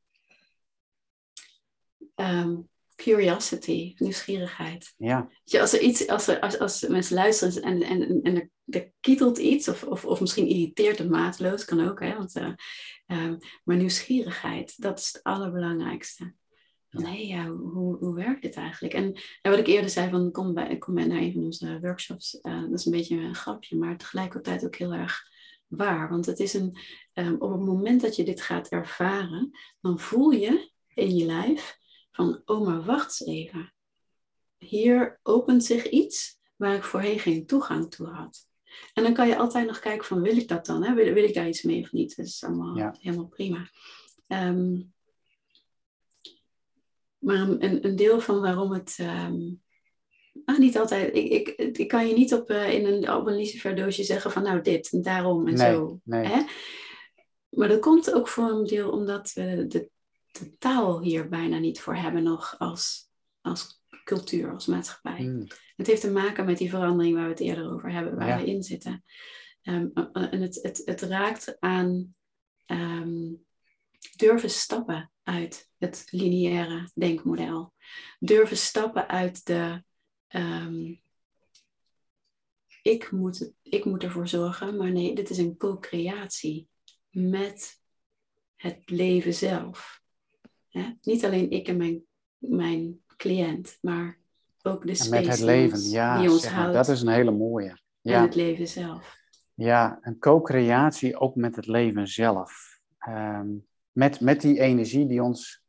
Curiosity, nieuwsgierigheid. Ja. Als mensen luisteren en er kietelt iets, of misschien irriteert het mateloos, kan ook, hè? Maar nieuwsgierigheid, dat is het allerbelangrijkste. Van, hoe werkt dit eigenlijk? En wat ik eerder zei, van kom naar een van onze workshops, dat is een beetje een grapje, maar tegelijkertijd ook heel erg waar. Want het is op het moment dat je dit gaat ervaren, dan voel je in je lijf van, maar wacht eens even. Hier opent zich iets waar ik voorheen geen toegang toe had. En dan kan je altijd nog kijken van, wil ik dat dan? Hè? Wil ik daar iets mee of niet? Dat is allemaal helemaal prima. Maar een deel van waarom het... niet altijd. Ik kan je niet op een luciferdoosje zeggen van dit en daarom en zo. Nee. Hè? Maar dat komt ook voor een deel omdat we de taal hier bijna niet voor hebben nog als cultuur, als maatschappij. Het heeft te maken met die verandering waar we het eerder over hebben, waar we in zitten. En het raakt aan durven stappen uit het lineaire denkmodel. Durven stappen uit ik moet ervoor zorgen. Maar nee, dit is een co-creatie met het leven zelf. Hè? Niet alleen ik en mijn cliënt, maar ook de En met het space leven, ja, die ons zeg maar, dat is houdt een hele mooie. en het Ja, leven zelf. ja, een co-creatie ook met het leven zelf. Met die energie die ons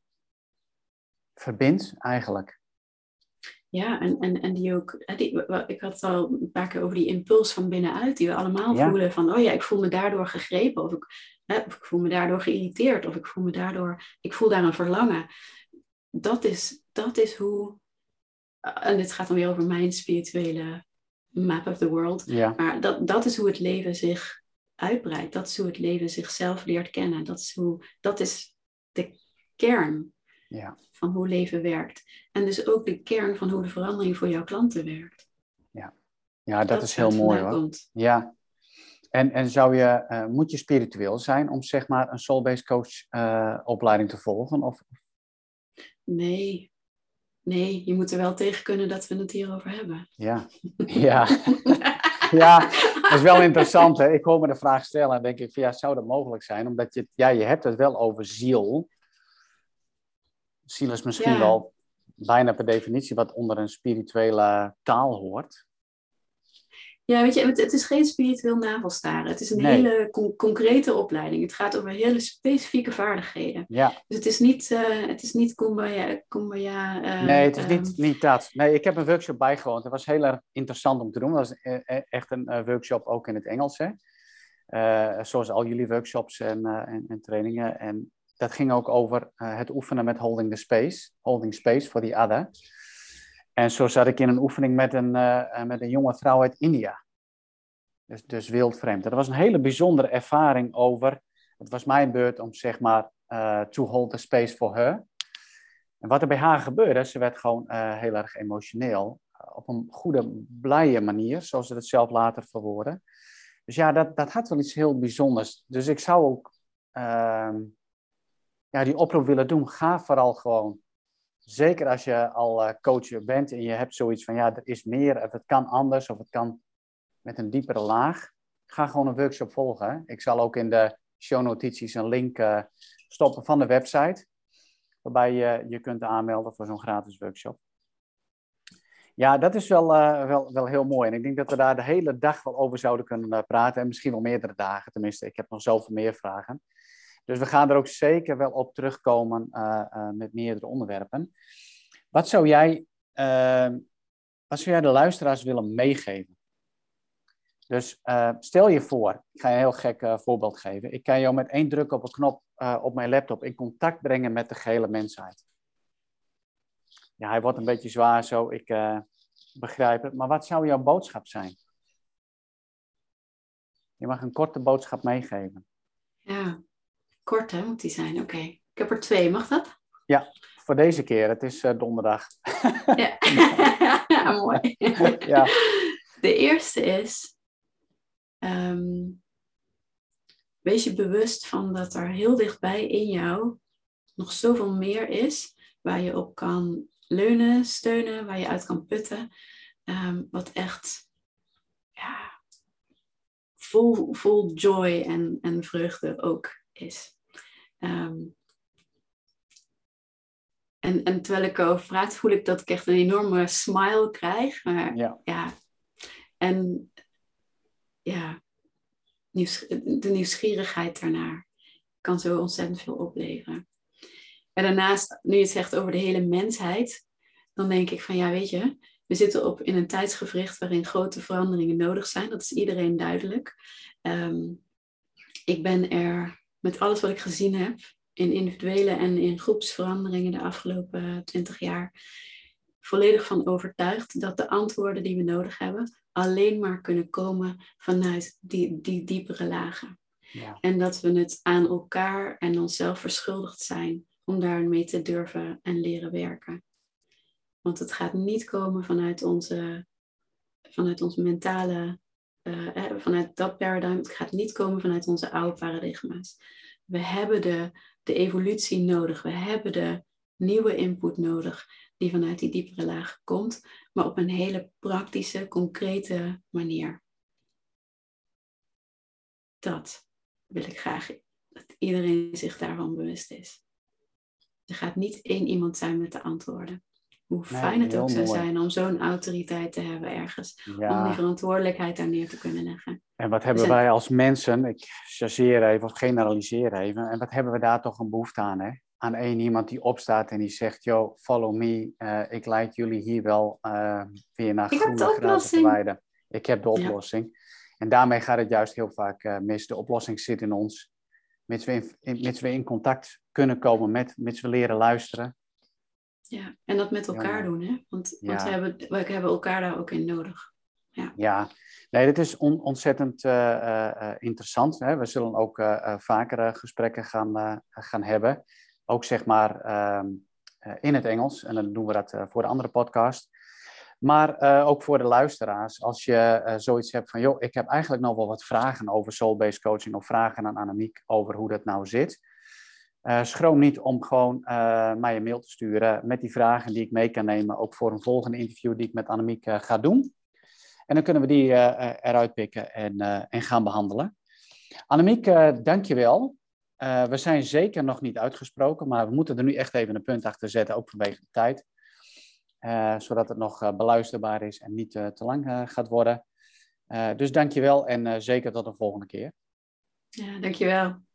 verbindt eigenlijk. Ja, en die ook, ik had het al een paar keer over die impuls van binnenuit, die we allemaal Ja, voelen van, oh ja, ik voel me daardoor gegrepen, of ik voel me daardoor geïrriteerd, of ik voel daar een verlangen. Dat is hoe, en dit gaat dan weer over mijn spirituele map of the world, ja, maar dat is hoe het leven zich uitbreidt, dat is hoe het leven zichzelf leert kennen, dat is de kern ja. van hoe leven werkt. En dus ook de kern van hoe de verandering voor jouw klanten werkt. Ja, ja, dat Dat is is waar heel het mooi vandaan hoor. komt. Ja, en moet je spiritueel zijn om zeg maar een soul-based coach opleiding te volgen? Of, Nee, je moet er wel tegen kunnen dat we het hierover hebben. ja, ja, ja, dat is wel interessant hè. Ik hoor me de vraag stellen en denk ik van ja, zou dat mogelijk zijn? Omdat je hebt het wel over ziel. Ziel is misschien Ja, wel bijna per definitie wat onder een spirituele taal hoort. ja, weet je, het is geen spiritueel navelstaren. Het is een Nee, hele concrete opleiding. Het gaat over hele specifieke vaardigheden. ja. Dus het is niet kumbaya. Nee, het is niet dat. Nee, ik heb een workshop bijgewoond. Dat was heel erg interessant om te doen. Dat was echt een workshop ook in het Engels. Hè? Zoals al jullie workshops en trainingen. En dat ging ook over het oefenen met holding space for the other. En zo zat ik in een oefening met een jonge vrouw uit India. Dus wildvreemd. Dat was een hele bijzondere ervaring over. Het was mijn beurt om zeg maar to hold the space for her. En wat er bij haar gebeurde, ze werd gewoon heel erg emotioneel. Op een goede, blije manier, zoals ze het zelf later verwoordde. Dus ja, dat had wel iets heel bijzonders. Dus ik zou ook die oproep willen doen. Ga vooral gewoon, zeker als je al coach bent en je hebt zoiets van, ja, er is meer, of het kan anders, of het kan met een diepere laag. Ga gewoon een workshop volgen. Ik zal ook in de shownotities een link stoppen van de website, waarbij je kunt aanmelden voor zo'n gratis workshop. Ja, dat is wel heel mooi. En ik denk dat we daar de hele dag wel over zouden kunnen praten. En misschien wel meerdere dagen. Tenminste, ik heb nog zoveel meer vragen. Dus we gaan er ook zeker wel op terugkomen met meerdere onderwerpen. Wat zou jij de luisteraars willen meegeven? Dus stel je voor, ik ga je een heel gek voorbeeld geven. Ik kan jou met 1 druk op een knop op mijn laptop in contact brengen met de gehele mensheid. Ja, hij wordt een beetje zwaar zo, ik begrijp het. Maar wat zou jouw boodschap zijn? Je mag een korte boodschap meegeven. Ja, kort hè, moet die zijn. Oké. Ik heb er 2, mag dat? Ja, voor deze keer. Het is donderdag. Ja, ja mooi. Ja. De eerste is, wees je bewust van dat er heel dichtbij in jou nog zoveel meer is waar je op kan leunen, steunen, waar je uit kan putten. Wat echt vol joy en vreugde ook is. En terwijl ik erover praat, voel ik dat ik echt een enorme smile krijg. Maar ja, en ja, de nieuwsgierigheid daarnaar kan zo ontzettend veel opleveren. En daarnaast, nu je het zegt over de hele mensheid, dan denk ik van ja, weet je, we zitten in een tijdsgewricht waarin grote veranderingen nodig zijn. Dat is iedereen duidelijk. Ik ben er met alles wat ik gezien heb, in individuele en in groepsveranderingen de afgelopen 20 jaar, volledig van overtuigd dat de antwoorden die we nodig hebben alleen maar kunnen komen vanuit die diepere lagen. Ja. En dat we het aan elkaar en onszelf verschuldigd zijn om daarmee te durven en leren werken. Want het gaat niet komen vanuit onze mentale, vanuit dat paradigma. Het gaat niet komen vanuit onze oude paradigma's. We hebben de evolutie nodig. We hebben de nieuwe input nodig die vanuit die diepere laag komt. Maar op een hele praktische, concrete manier. dat wil ik graag dat iedereen zich daarvan bewust is. Er gaat niet één iemand zijn met de antwoorden. Hoe fijn het ook zou zijn om zo'n autoriteit te hebben ergens. Ja. Om die verantwoordelijkheid daar neer te kunnen leggen. En wat hebben wij als mensen, ik chargeer even of generaliseer even, en wat hebben we daar toch een behoefte aan, hè? Aan één iemand die opstaat en die zegt, yo, follow me, ik leid jullie hier wel weer naar groene grazige weiden. Ik heb de oplossing. Ja. En daarmee gaat het juist heel vaak mis. De oplossing zit in ons. Mits we in contact kunnen komen mits we leren luisteren. Ja, en dat met elkaar doen, hè? Want we hebben elkaar daar ook in nodig. Ja, nee, dit is ontzettend interessant. Hè? We zullen ook vaker gesprekken gaan hebben. Ook zeg maar in het Engels. En dan doen we dat voor de andere podcast. Maar ook voor de luisteraars. Als je zoiets hebt van, joh, ik heb eigenlijk nog wel wat vragen over soul-based coaching. Of vragen aan Annemiek over hoe dat nou zit. Schroom niet om gewoon mij een mail te sturen met die vragen die ik mee kan nemen. Ook voor een volgende interview die ik met Annemiek ga doen. En dan kunnen we die eruit pikken en gaan behandelen. Annemiek, dank je wel. We zijn zeker nog niet uitgesproken, maar we moeten er nu echt even een punt achter zetten, ook vanwege de tijd. Zodat het nog beluisterbaar is en niet te lang gaat worden. Dus dank je wel en zeker tot de volgende keer. Ja, dank je wel.